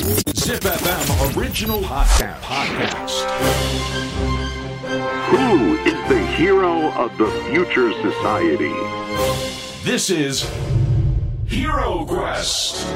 Zip FM original podcast. Who is the hero of the future society? This is Hero Quest.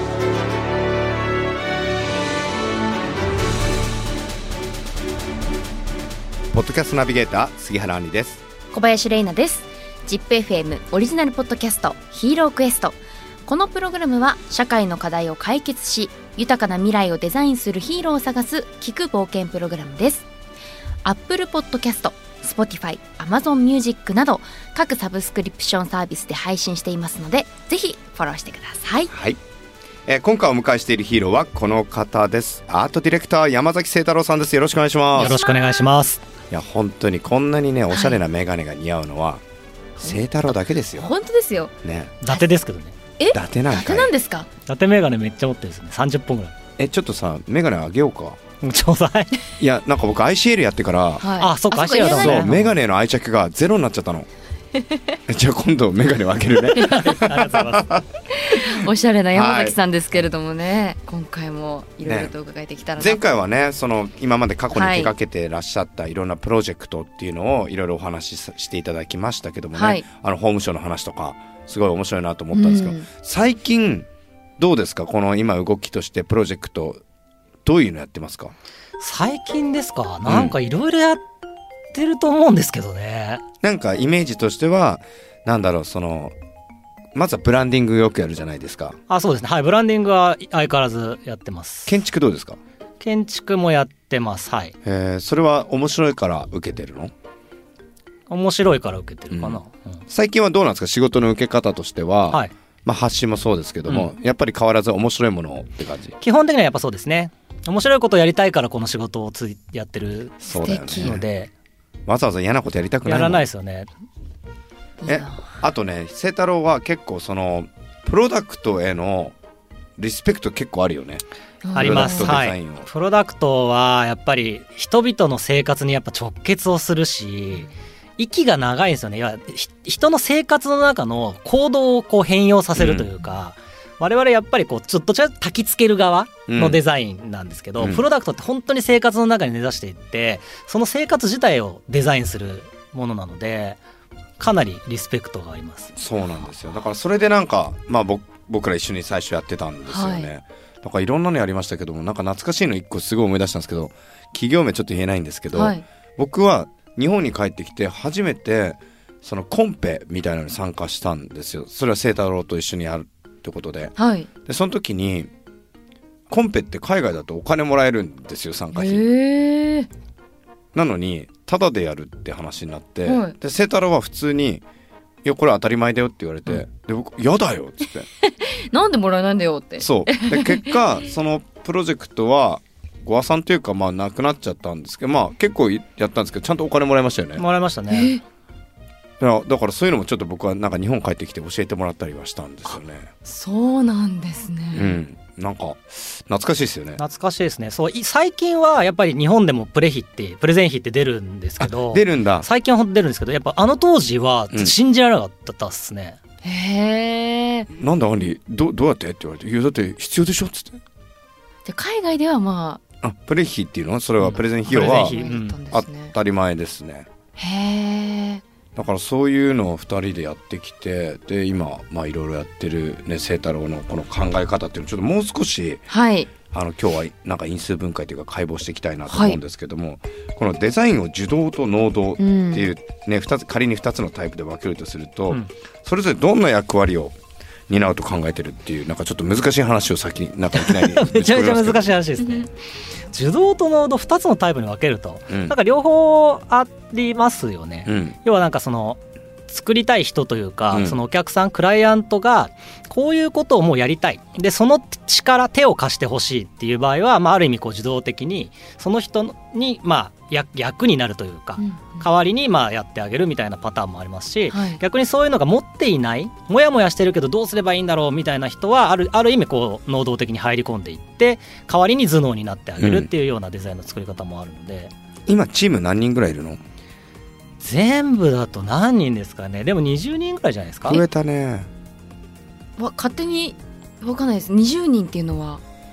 ポッドキャストナビゲーター杉原杏里です。 小林玲奈です。 ZIPFM オリジナルポッドキャストヒーロークエスト。このプログラムは社会の課題を解決し豊かな未来をデザインするヒーローを探す聞く冒険プログラムです。 Apple Podcast、Spotify、Amazon Music など各サブスクリプションサービスで配信していますのでぜひフォローしてください。 はい、今回お迎えしているヒーローはこの方です。アートディレクター山崎清太郎さんです。よろしくお願いします。 よろしくお願いします。 いや本当にこんなにねおしゃれなメガネが似合うのは、清太郎だけですよ。 本当ですよね。 伊達ですけどね。 伊達なんかい。 伊達なんですか。 伊達メガネめっちゃ持ってるんですね。30本ぐらい。 ちょっとさメガネあげようか。 ちょうだい。 いやなんか僕 ICL やってから、 はい、 あそうか ICL だもんね。 そうメガネの愛着がゼロになっちゃったの。じゃあ今度メガネをあげるね。 ありがとうございます。 おしゃれな山崎さんですけれどもね、今回もいろいろと伺えてきたらな、 前回はねその今まで過去に手掛けてらっしゃったいろんなプロジェクトっていうのをいろいろお話ししていただきましたけどもね、はい、法務省の話とかすごい面白いなと思ったんですけど、最近どうですかこの今動きとしてプロジェクトどういうのやってますか。 最近ですか。なんかいろいろやってると思うんですけどね、 なんかイメージとしてはなんだろうそのまずはブランディングよくやるじゃないですか。 あそうですね、はい、ブランディングは相変わらずやってます。 建築どうですか。 建築もやってます。はい。 それは面白いから受けてるの。 面白いから受けてるかな、 最近はどうなんですか仕事の受け方としては、 はい、 発信もそうですけども、やっぱり変わらず面白いものをって感じ。 基本的にはやっぱそうですね。面白いことをやりたいからこの仕事をやってるので、 わざわざ嫌なことやりたくないやらないですよね。 あとね清太郎は結構そのプロダクトへのリスペクト結構あるよね。 あります。はい、プロダクトはやっぱり人々の生活にやっぱ直結をするし息が長いんですよね。人の生活の中の行動をこう変容させるというか、我々やっぱりこうちょっと焚きつける側のデザインなんですけど、プロダクトって本当に生活の中に根ざしていってその生活自体をデザインするものなのでかなりリスペクトがあります。 そうなんですよ。だからそれでなんか、僕ら一緒に最初やってたんですよね、だからいろんなのやりましたけどもなんか懐かしいの一個すごい思い出したんですけど企業名ちょっと言えないんですけど、僕は日本に帰ってきて初めてそのコンペみたいなのに参加したんですよ。それは清太郎と一緒にやるってことで、でその時にコンペって海外だとお金もらえるんですよ参加費、なのにタダでやるって話になって、で清太郎は普通にいやこれ当たり前だよって言われて、で僕やだよっつってなんでもらえないんだよって。そうで結果そのプロジェクトはご破産というかなくなっちゃったんですけど結構やったんですけどちゃんとお金もらいましたよね。 もらいましたね。 だからそういうのもちょっと僕はなんか日本帰ってきて教えてもらったりはしたんですよね。 そうなんですね、 なんか懐かしいですよね。 懐かしいですね。そう最近はやっぱり日本でもプレゼン費って出るんですけど、 出るんだ。 最近は本当出るんですけどやっぱあの当時は信じられなかったっすね、 へー。 なんだアンリどうやってって言われていやだって必要でしょっつって。 で海外ではプレ費っていうのそれはプレゼン費用は当たり前ですね。 へー。 だからそういうのを2人でやってきてで今いろいろやってるね清太郎のこの考え方っていうのをちょっともう少し、今日はなんか因数分解というか解剖していきたいなと思うんですけども、このデザインを受動と能動っていうね、仮に2つのタイプで分けるとすると、それぞれどんな役割を担うと考えてるっていうなんかちょっと難しい話を先になんかいきなりめちゃめちゃ難しい話ですね。受動と能動2つのタイプに分けると、なんか両方ありますよね、要はなんかその作りたい人というか、そのお客さんクライアントがこういうことをもうやりたいでその手を貸してほしいっていう場合は、ある意味こう受動的にその人に役になるというか、代わりにやってあげるみたいなパターンもありますし、逆にそういうのが持っていないもやもやしてるけどどうすればいいんだろうみたいな人はある意味こう能動的に入り込んでいって代わりに頭脳になってあげるっていうようなデザインの作り方もあるので、 今チーム何人ぐらいいるの？ 全部だと何人ですかね。でも20人ぐらいじゃないですか。 増えたね。 勝手に分かんないです。20人っていうのは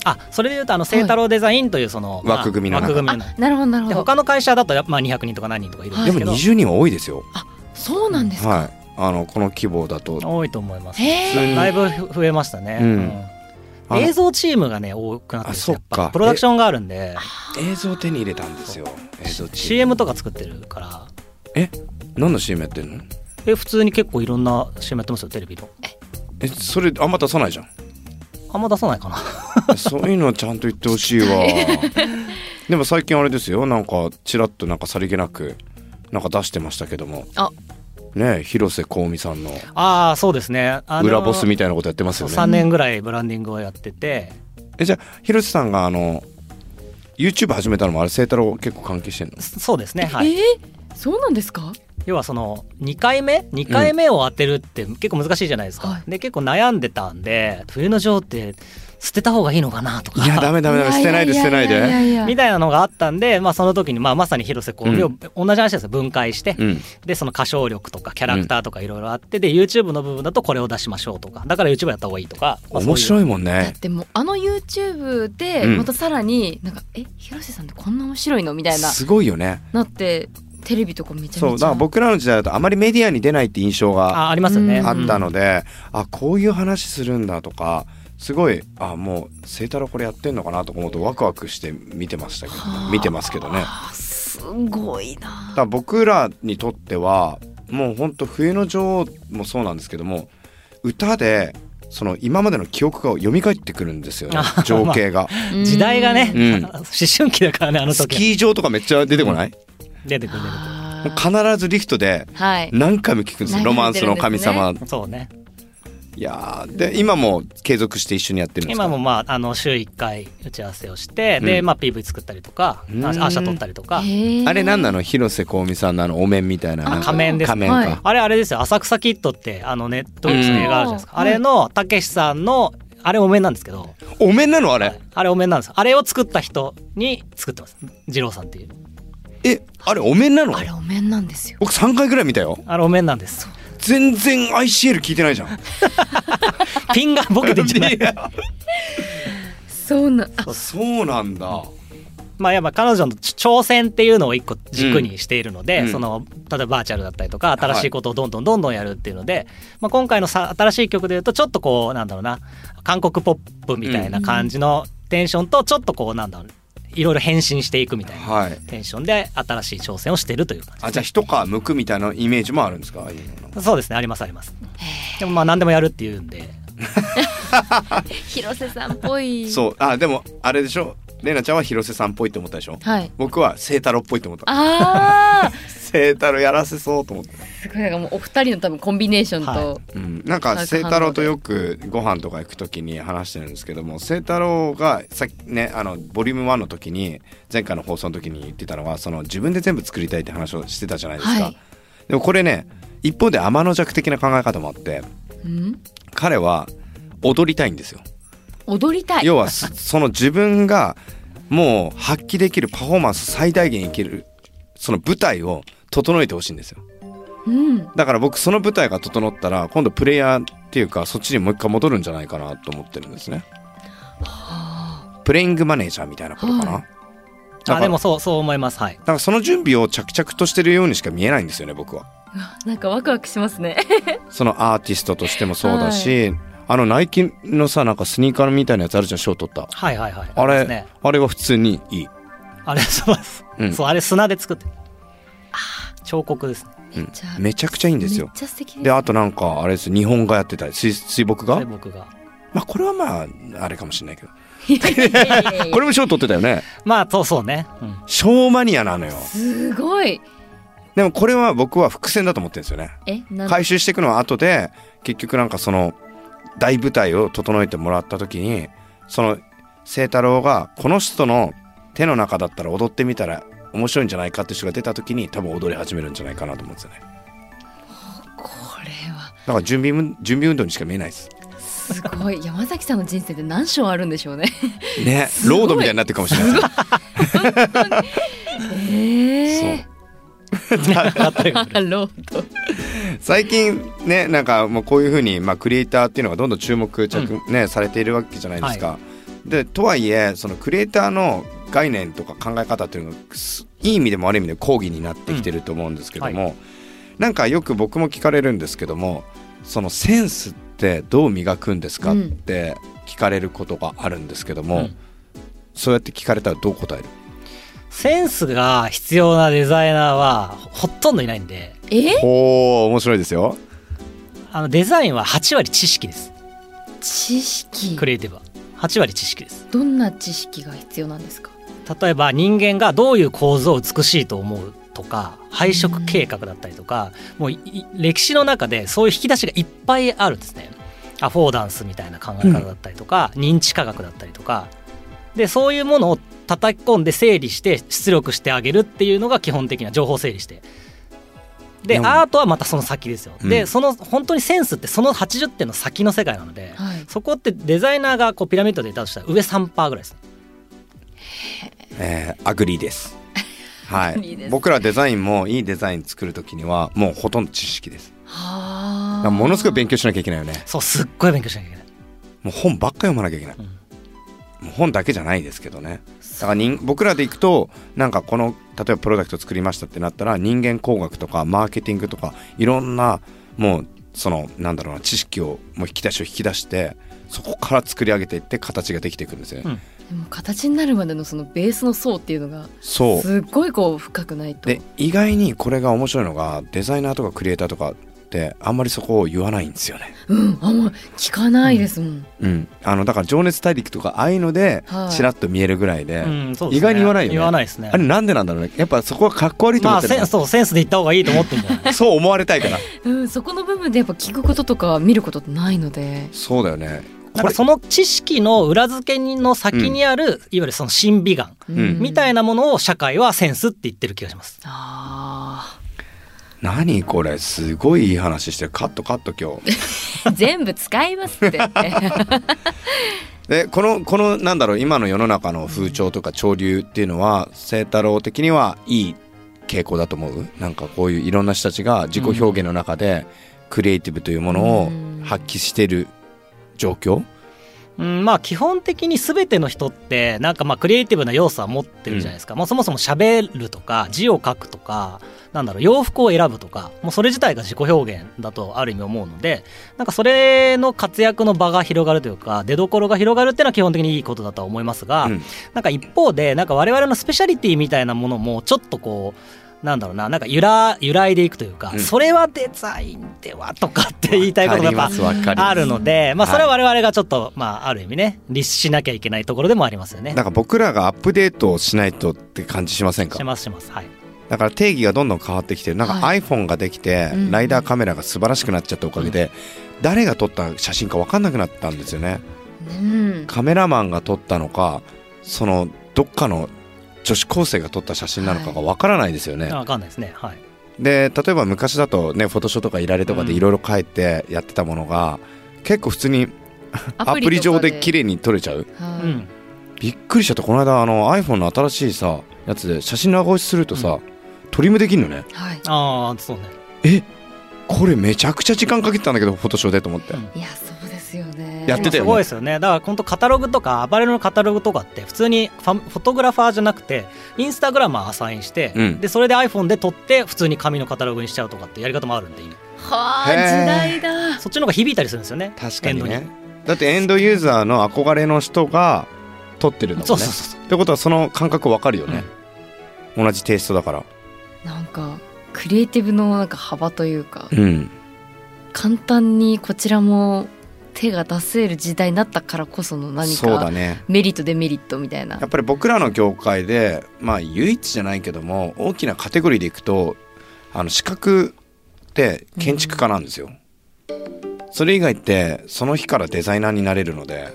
それでいうと清太郎デザインというその、 枠組みの中、 なるほどなるほど。 他の会社だと200人とか何人とかいるんですけど、 でも20人は多いですよ。 そうなんですか。 はい、この規模だと多いと思います。だいぶ増えましたね。映像チームがね多くなってるんですよ。やっぱプロダクションがあるんで映像手に入れたんですよ。映像チーム CM とか作ってるから。 何の CM やってんの？ 普通に結構いろんな CM やってますよ、テレビの。 それあんま出さないじゃん。 あんま出さないかなそういうのちゃんと言ってほしいわでも最近あれですよ、なんかちらっとなんかさりげなくなんか出してましたけども、ね、広瀬香美さんのそうですね、 裏ボスみたいなことやってますよね。 3年ぐらいブランディングをやってて、 じゃあ広瀬さんがYouTube 始めたのもあれ清太郎結構関係してんの？ そうですね、はい。 そうなんですか？ 要はその2回目を当てるって結構難しいじゃないですか、で結構悩んでたんで、冬の女王って捨てた方がいいのかなとか、 いやダメ捨てないでみたいなのがあったんで、その時にまさに広瀬香美を同じ話ですよ、分解して、でその歌唱力とかキャラクターとかいろいろあって、で YouTube の部分だとこれを出しましょうとか、だから YouTube やった方がいいとか、 面白いもんね。 だってもうYouTube でまたさらになんか広瀬さんってこんな面白いのみたいな、 すごいよね。 なってテレビとかめちゃめちゃ、 そうだから僕らの時代だとあまりメディアに出ないって印象がありますよね。 あったので、こういう話するんだとか、すごいもう清太郎これやってんのかなと思うとワクワクして見てますけどね。 すごいな。 だから僕らにとってはもう本当冬の女王もそうなんですけども、歌でその今までの記憶が蘇ってくるんですよね、情景が、 時代がね、思春期だからね、あの時スキー場とかめっちゃ出てこない？ 出てくる必ずリフトで何回も聞くんですよ、ロマンスの神様。 そうね。 いやで今も継続して一緒にやってるんですか？ 今も週1回打ち合わせをして、でPV 作ったりとか、アーシャ撮ったりとか。 あれ何なの？広瀬香美さんのお面みたいな仮面です。 仮面か、 あれですよ、浅草キッドってネットフリックスの映画あるじゃないですか、あれのたけしさんのあれお面なんですけど。 お面なの？あれお面なんです。あれを作った人に作ってます、二郎さんっていう。 あれお面なの？ あれお面なんですよ。 僕3回ぐらい見たよ。 あれお面なんです。 全然 ICL 聞いてないじゃんピンがボケてんじゃないそうなんだ。 やっぱ彼女の挑戦っていうのを一個軸にしているので、例えばバーチャルだったりとか新しいことをどんどんやるっていうので、今回の新しい曲でいうとちょっとこうなんだろうな、韓国ポップみたいな感じのテンションと、ちょっとこうなんだろう、いろいろ変身していくみたいなテンションで新しい挑戦をしているという感じです。 じゃあ一皮むくみたいなイメージもあるんですか？ そうですね、あります。でも何でもやるっていうんで広瀬さんっぽい。 そうでもあれでしょ、レイナちゃんは広瀬さんっぽいって思ったでしょ、僕は清太郎っぽいって思った。清太郎やらせそうと思って。 すごい、なんかもうお二人の多分コンビネーションと、 なんか清太郎とよくご飯とか行く時に話してるんですけども、清太郎がさっきねボリューム1の時に、前回の放送の時に言ってたのは、その自分で全部作りたいって話をしてたじゃないですか、でもこれね、一方で天の弱的な考え方もあって、彼は踊りたいんですよ。 踊りたい。 要はその自分がもう発揮できるパフォーマンス最大限いけるその舞台を整えてほしいんですよ、だから僕その舞台が整ったら今度プレイヤーっていうかそっちにもう一回戻るんじゃないかなと思ってるんですね。プレイングマネージャーみたいなことかな、 でもそう思います。だからその準備を着々としてるようにしか見えないんですよね、僕は。 なんかワクワクしますねそのアーティストとしてもそうだし、ナイキのさ、なんかスニーカーみたいなやつあるじゃん、賞取った。あれは普通にいい。 そうです、そう、あれ砂で作って彫刻ですね、 めちゃくちゃいいんですよ。 めっちゃ素敵ですね。 であとなんかあれです、日本画やってたり、水墨画。これはあれかもしれないけどこれも賞取ってたよね。 そうね、 賞マニアなのよ。 すごい。 でもこれは僕は伏線だと思ってるんですよね。回収していくのは後で、結局なんかその大舞台を整えてもらった時に、その清太郎がこの人の手の中だったら踊ってみたら面白いんじゃないかって人が出た時に、多分踊り始めるんじゃないかなと思うんですよね。 これはだから準備運動にしか見えないです。 すごい。山崎さんの人生で何章あるんでしょうねね、ロードみたいになってるかもしれないそうロード最近ね、なんかもうこういう風にクリエイターっていうのがどんどん注目されているわけじゃないですか、 でとはいえそのクリエイターの概念とか考え方っていうのがいい意味でも悪い意味で講義になってきてると思うんですけども、はい、なんかよく僕も聞かれるんですけども、そのセンスってどう磨くんですかって聞かれることがあるんですけども、そうやって聞かれたらどう答える？ センスが必要なデザイナーはほとんどいないんで。 おー、面白いですよ。 デザインは8割知識です。 知識？ クリエイティブは8割知識です。 どんな知識が必要なんですか？ 例えば人間がどういう構造を美しいと思うとか、配色計画だったりとか、もう歴史の中でそういう引き出しがいっぱいあるんですね。アフォーダンスみたいな考え方だったりとか、認知科学だったりとかで、そういうものを叩き込んで整理して出力してあげるっていうのが基本的な情報整理して、でアートはまたその先ですよ。でその本当にセンスってその80点の先の世界なので、そこってデザイナーがこうピラミッドでいたとしたら上 3% ぐらいです。 アグリーです。はい、僕らデザインもいいデザイン作るときにはもうほとんど知識です。だからものすごい勉強しなきゃいけないよね。 そう、すっごい勉強しなきゃいけない。 もう本ばっか読まなきゃいけない、もう本だけじゃないですけどね。だから僕らでいくとなんかこの例えばプロダクト作りましたってなったら、人間工学とかマーケティングとかいろんなもうそのなんだろうな知識をもう引き出して、そこから作り上げていって形ができていくんですよね。 でも形になるまでのそのベースの層っていうのがすっごいこう深くないと。 で意外にこれが面白いのが、デザイナーとかクリエイターとかってあんまりそこを言わないんですよね。 あんま聞かないですもん。 だから情熱大陸とかああいうのでちらっと見えるぐらいで、意外に言わないよね。 言わないですね。 あれなんでなんだろうね。やっぱそこはかっこ悪いと思ってる、 センスで言った方がいいと思ってるんじゃないそう思われたいから、 そこの部分でやっぱ聞くこととか見ることってないので。 そうだよね。 なんかその知識の裏付けの先にある、いわゆるその審美眼みたいなものを社会はセンスって言ってる気がします。 何これすごいいい話してる。カット今日全部使いますってでこのなんだろう、今の世の中の風潮とか潮流っていうのは清太郎的にはいい傾向だと思う？なんかこういういろんな人たちが自己表現の中でクリエイティブというものを発揮している状況？ まあ基本的に全ての人ってなんかまあクリエイティブな要素は持ってるじゃないですか。もうそもそも喋るとか字を書くとか、なんだろう、洋服を選ぶとか、もうそれ自体が自己表現だとある意味思うので、なんかそれの活躍の場が広がるというか出所が広がるっていうのは基本的にいいことだとは思いますが、なんか一方でなんか我々のスペシャリティみたいなものもちょっとこうなんだろうな、なんか由来でいくというか、それはデザインではとかって言いたいことがやっぱあるので、まあそれは我々がちょっとまあある意味ね律しなきゃいけないところでもありますよね。 なんか僕らがアップデートをしないとって感じしませんか？ します、はい。 だから定義がどんどん変わってきてる。なんか iPhone ができて、ライダーカメラが素晴らしくなっちゃったおかげで、誰が撮った写真か分かんなくなったんですよね。カメラマンが撮ったのか、そのどっかの女子高生が撮った写真なのかがわからないですよね。 わかんないですね。はい。 で例えば昔だとね、フォトショーとかいられとかでいろいろ書いてやってたものが、結構普通にアプリ上で綺麗に撮れちゃう。びっくりしちゃった。この間iPhone の新しいさやつで写真長押しするとさ、トリムできるのね。 ああ、そうね。 これめちゃくちゃ時間かけてたんだけどフォトショーでと思って。 いやそうですよね。 やってたよね。 すごいですよね。だから本当カタログとかアパレルのカタログとかって普通にフォトグラファーじゃなくてインスタグラマーアサインして、でそれで iPhone で撮って普通に紙のカタログにしちゃうとかってやり方もあるんで、今はあ時代だ。 そっちの方が響いたりするんですよね。 確かにね。だってエンドユーザーの憧れの人が撮ってるんだもんね。ってことはその感覚わかるよね、同じテイストだから。なんかクリエイティブのなんか幅というか、簡単にこちらも手が出せる時代になったからこその何かメリットデメリットみたいな。 やっぱり僕らの業界でまあ唯一じゃないけども大きなカテゴリーでいくと資格って建築家なんですよ、それ以外ってその日からデザイナーになれるので、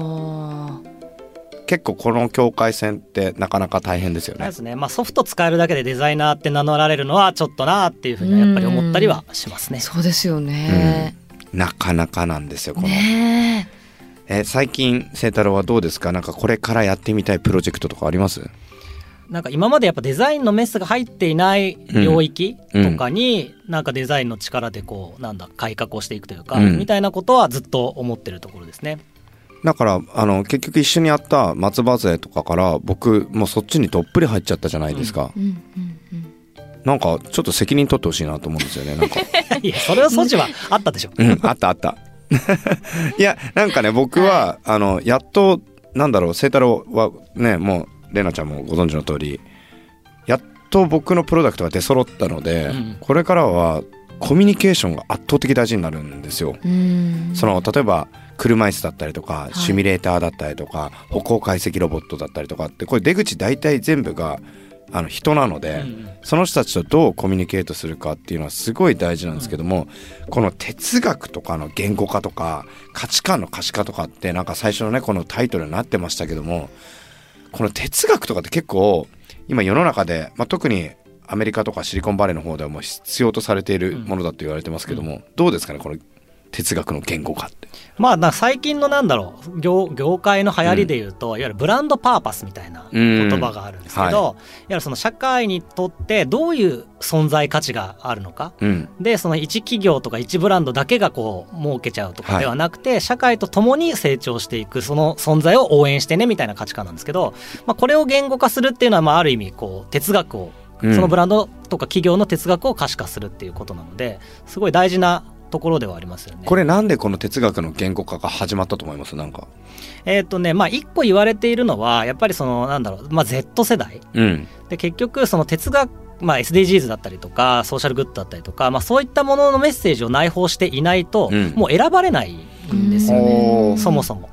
結構この境界線ってなかなか大変ですよね。 ですね。まあ、ソフト使えるだけでデザイナーって名乗られるのはちょっとなっていうふうにやっぱり思ったりはしますね。 そうですよね、 なかなかなんですよこの、最近清太郎はどうですか？なんかこれからやってみたいプロジェクトとかあります？ なんか今までやっぱデザインのメスが入っていない領域とかになんかデザインの力でこうなんだ改革をしていくというか、みたいなことはずっと思ってるところですね。 だから結局一緒にやった松葉勢とかから僕もうそっちにどっぷり入っちゃったじゃないですか、なんかちょっと責任取ってほしいなと思うんですよね。なんかいやそれは素地はあったでしょ、 あったいやなんかね僕は、やっとなんだろう清太郎はねもう玲奈ちゃんもご存知の通りやっと僕のプロダクトが出揃ったので、これからはコミュニケーションが圧倒的大事になるんですよ。例えば車椅子だったりとかシミュレーターだったりとか、歩行解析ロボットだったりとかってこれ出口大体全部が人なので、その人たちとどうコミュニケートするかっていうのはすごい大事なんですけども、この哲学とかの言語化とか価値観の可視化とかってなんか最初のねこのタイトルになってましたけども、この哲学とかって結構今世の中で、特にアメリカとかシリコンバレーの方ではもう必要とされているものだと言われてますけども、どうですかねこの哲学の言語化って。 最近の業界の流行りでいうと、いわゆるブランドパーパスみたいな言葉があるんですけど、いわゆるその社会にとってどういう存在価値があるのか、でその一企業とか一ブランドだけがこう儲けちゃうとかではなくて、社会とともに成長していくその存在を応援してねみたいな価値観なんですけど、これを言語化するっていうのはある意味こう哲学をそのブランドとか企業の哲学を可視化するっていうことなので、すごい大事なところではありますよね。これなんでこの哲学の言語化が始まったと思います？なんか一個言われているのはやっぱりそのZ 世代、で結局その哲学SDGs だったりとかソーシャルグッドだったりとか、そういったもののメッセージを内包していないと、もう選ばれないんですよね、そもそも。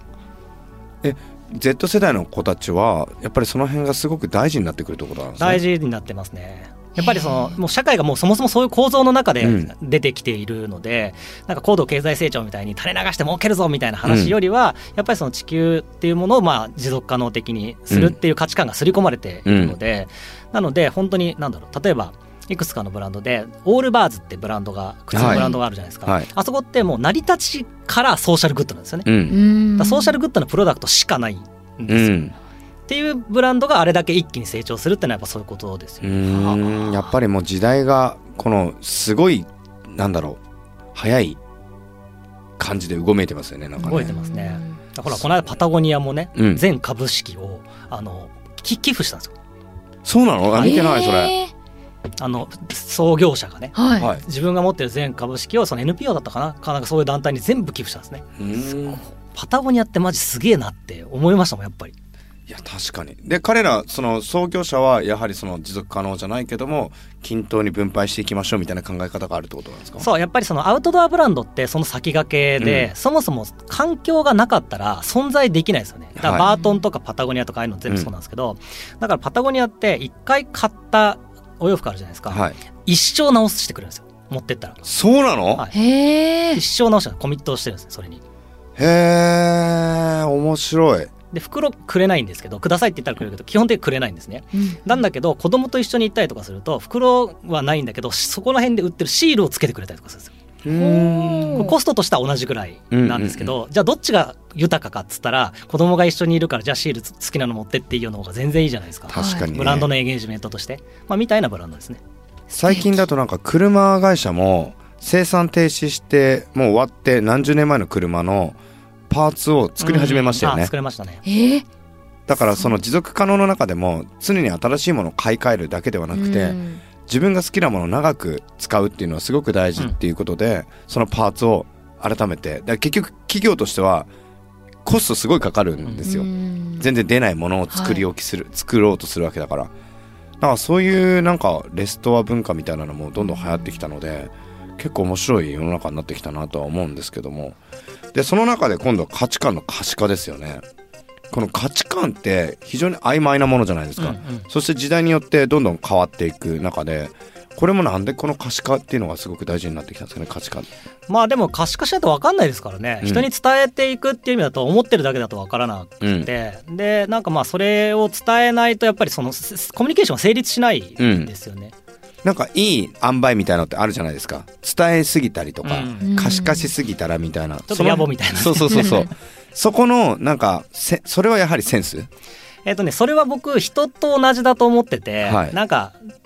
Z 世代の子たちはやっぱりその辺がすごく大事になってくるところなんですね。 大事になってますね。やっぱりもう社会がもうそもそもそういう構造の中で出てきているので、なんか高度経済成長みたいに垂れ流して儲けるぞみたいな話よりは、やっぱりその地球っていうものを持続可能的にするっていう価値観が刷り込まれているので、なので本当に例えばいくつかのブランドでオールバーズってブランドが靴のブランドがあるじゃないですか、あそこってもう成り立ちからソーシャルグッドなんですよね、ソーシャルグッドのプロダクトしかないんですよ、っていうブランドがあれだけ一気に成長するってのはやっぱそういうことですよね。 やっぱりもう時代がこのすごい早い感じで動いてますよね。なんかね動いてますね。ほらこの間パタゴニアもね、全株式を寄付したんですよ。 そうなの？見てないそれ。 創業者がね、自分が持ってる全株式をその NPO だったかなそういう団体に全部寄付したんですね。パタゴニアってマジすげえなって思いましたもんやっぱり。 いや確かに。で彼らその創業者はやはりその持続可能じゃないけども均等に分配していきましょうみたいな考え方があるってことなんですか？ そう、やっぱりそのアウトドアブランドってその先駆けで、そもそも環境がなかったら存在できないですよね。だからバートンとかパタゴニアとかああいうの全部そうなんですけど、だからパタゴニアって一回買ったお洋服あるじゃないですか、一生直してくれるんですよ持ってったら。 そうなの？ へー。一生直してコミットしてるんですよそれに。 へー、面白い。 で袋くれないんですけど、くださいって言ったらくれるけど基本的にくれないんですね、なんだけど子供と一緒に行ったりとかすると袋はないんだけどそこら辺で売ってるシールをつけてくれたりとかするんですよ。コストとしては同じぐらいなんですけど、じゃあどっちが豊かかっつったら子供が一緒にいるからじゃあシール好きなの持ってっていいよの方が全然いいじゃないですか。 確かに、ね、 ブランドのエンゲージメントとして、みたいなブランドですね。 最近だとなんか車会社も生産停止してもう終わって何十年前の車のパーツを作り始めましたよね、 作れましたね。 だからその持続可能の中でも常に新しいものを買い替えるだけではなくて、自分が好きなものを長く使うっていうのはすごく大事っていうことで、そのパーツを改めて結局企業としてはコストすごいかかるんですよ、全然出ないものを作ろうとするわけだから。だからそういうなんかレストア文化みたいなのもどんどん流行ってきたので、結構面白い世の中になってきたなとは思うんですけども、でその中で今度は価値観の可視化ですよね。この価値観って非常に曖昧なものじゃないですか、そして時代によってどんどん変わっていく中で、これもなんでこの可視化っていうのがすごく大事になってきたんですかね。価値観でも可視化しないと分かんないですからね、人に伝えていくっていう意味だと思ってるだけだと分からなくて、でなんかそれを伝えないとやっぱりそのコミュニケーションが成立しないんですよね、 なんかいい塩梅みたいなのってあるじゃないですか。伝えすぎたりとか、可視化しすぎたらみたいな、 ちょっと野暮みたいな、 そうそこのなんかそれはやはりセンス。 それは僕人と同じだと思ってて、なんか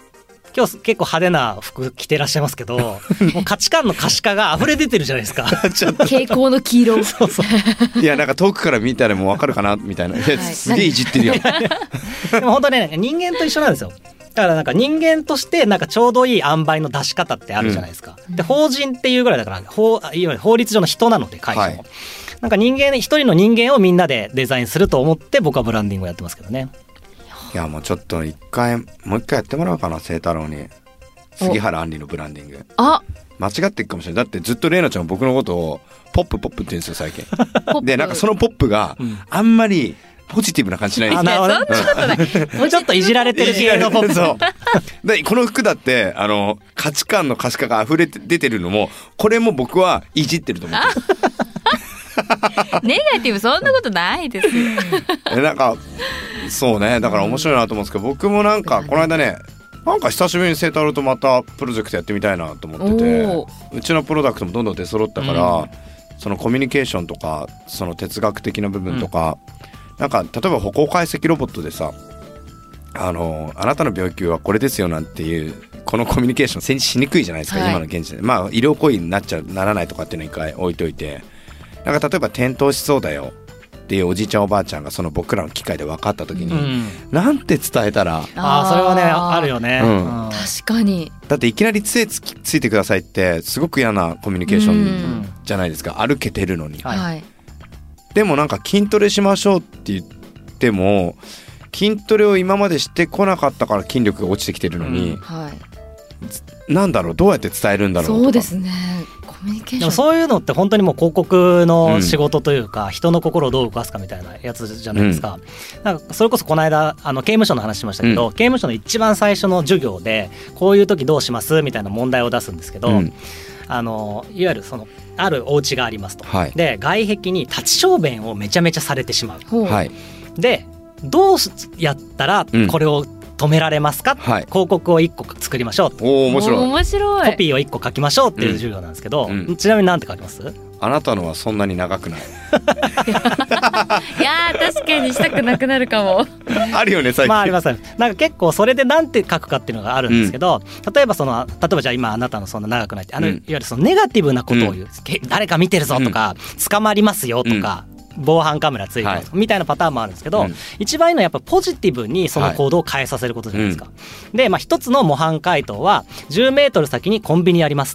今日結構派手な服着てらっしゃいますけどもう価値観の可視化が溢れ出てるじゃないですか蛍光の黄色そうそういやなんか遠くから見たらもう分かるかなみたいな、すげえいじってるよでも本当ね、なんか人間と一緒なんですよ。だからなんか人間としてなんかちょうどいい塩梅の出し方ってあるじゃないですか、で法人っていうぐらいだからいわゆる法律上の人なので会社も、なんか人間一人の人間をみんなでデザインすると思って僕はブランディングをやってますけどね。 いやもうちょっともう一回やってもらおうかな、清太郎に杉原杏里のブランディング。間違っていくかもしれない。だってずっと玲奈ちゃん僕のことをポップって言うんですよ最近でなんかそのポップがあんまりポジティブな感じしないんですよ。 そんなことないちょっといじられてる系のポップそうでこの服だって価値観の可視化が溢れて出てるのもこれも僕はいじってると思ってネガティブそんなことないですよなんかそうね、だから面白いなと思うんですけど、僕もなんかこの間ねなんか久しぶりに清太郎とまたプロジェクトやってみたいなと思ってて、うちのプロダクトもどんどん出揃ったから、そのコミュニケーションとかその哲学的な部分とか、なんか例えば歩行解析ロボットでさあなたの病気はこれですよなんていうこのコミュニケーションしにくいじゃないですか、今の現時点で。まあ医療行為にならないとかっていうのを一回置いといて、なんか例えば転倒しそうだよっていうおじいちゃんおばあちゃんがその僕らの機会で分かった時に、なんて伝えたら、 それはねあるよね、 確かに。 だっていきなり杖ついてくださいってすごく嫌なコミュニケーションじゃないですか、歩けてるのに、でもなんか筋トレしましょうって言っても筋トレを今までしてこなかったから筋力が落ちてきてるのに、なんだろうどうやって伝えるんだろうとか。 そうですね、コミュニケーション。 でもそういうのって本当にもう広告の仕事というか、人の心をどう動かすかみたいなやつじゃないですか、なんかそれこそこの間刑務所の話しましたけど、刑務所の一番最初の授業でこういう時どうしますみたいな問題を出すんですけど、いわゆるそのあるお家がありますと、で外壁に立ち小便をめちゃめちゃされてしまう、でどうやったらこれを止められますか、広告を1個作りましょうと、 面白いコピーを1個書きましょうっていう授業なんですけど、ちなみに何て書きます？ あなたのはそんなに長くないいや確かにしたくなくなるかもあるよね最近。 あります。なんか結構それでなんて書くかっていうのがあるんですけど、例えばじゃあ今あなたのそんな長くないっていわゆるそのネガティブなことを言う、誰か見てるぞとか、捕まりますよとか、防犯カメラついてますみたいなパターンもあるんですけど、一番いいのはやっぱポジティブにその行動を変えさせることじゃないですか、で、一つの模範解答は10メートル先にコンビニあります。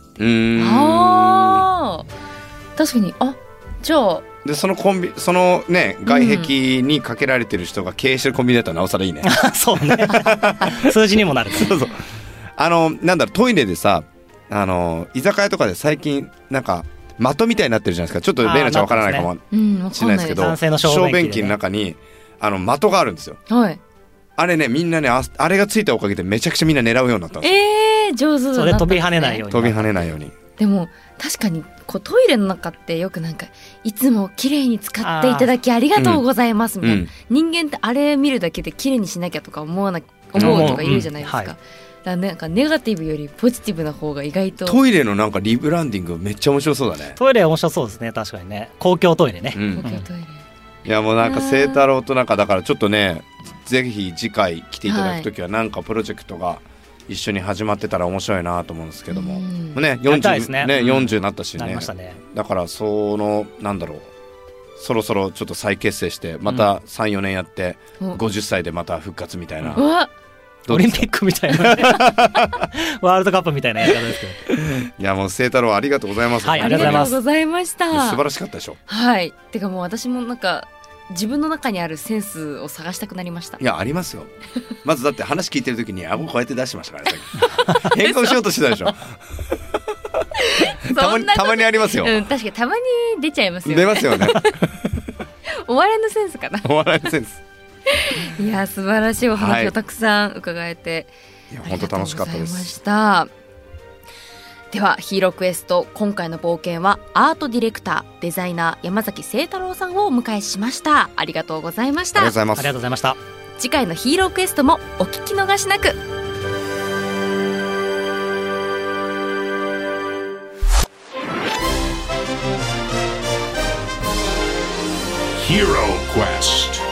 確かに。じゃあでそのね外壁にかけられてる人が経営してるコンビニだったらなおさらいいねそうね数字にもなるそうなんだろう、トイレでさ居酒屋とかで最近なんか的みたいになってるじゃないですか。ちょっと玲奈ちゃん分からないかもしれないですけど、小便器の中に的があるんですよ、あれねみんなねあれがついたおかげでめちゃくちゃみんな狙うようになったんですよ。 上手だな。 それ飛び跳ねないように。 でも確かにトイレの中ってよくなんかいつも綺麗に使っていただきありがとうございますみたいな、人間ってあれ見るだけで綺麗にしなきゃとか思うとかいるじゃないですか、だからなんかネガティブよりポジティブな方が意外と。 トイレのなんかリブランディングめっちゃ面白そうだね。 トイレ面白そうですね、確かにね。公共トイレね、 公共トイレ。 いやもうなんか清太郎となんかだからちょっとねぜひ次回来ていただくときはなんかプロジェクトが一緒に始まってたら面白いなと思うんですけども、ね 40になったしね、だからなんだろう、そろそろちょっと再結成してまた 3,4 年やって50歳でまた復活みたいな、 オリンピックみたいなワールドカップみたいなやり方ですけどいやもう清太郎ありがとうございます。 ありがとうございました。 素晴らしかったでしょ。 てかもう私もなんか自分の中にあるセンスを探したくなりました。 いやありますよ。まずだって話聞いてる時に顎こうやって出してましたからね変更しようとしてたでしょたまにありますよ、 確かにたまに出ちゃいますよね。 出ますよねお笑いのセンスかな。 お笑いのセンスいや素晴らしいお話をたくさん伺えて、 いや本当楽しかったです。 ではヒーロークエスト今回の冒険はアートディレクターデザイナー山崎清太郎さんをお迎えしました。ありがとうございました。 ありがとうございました。 次回のヒーロークエストもお聞き逃しなく。 Hero Quest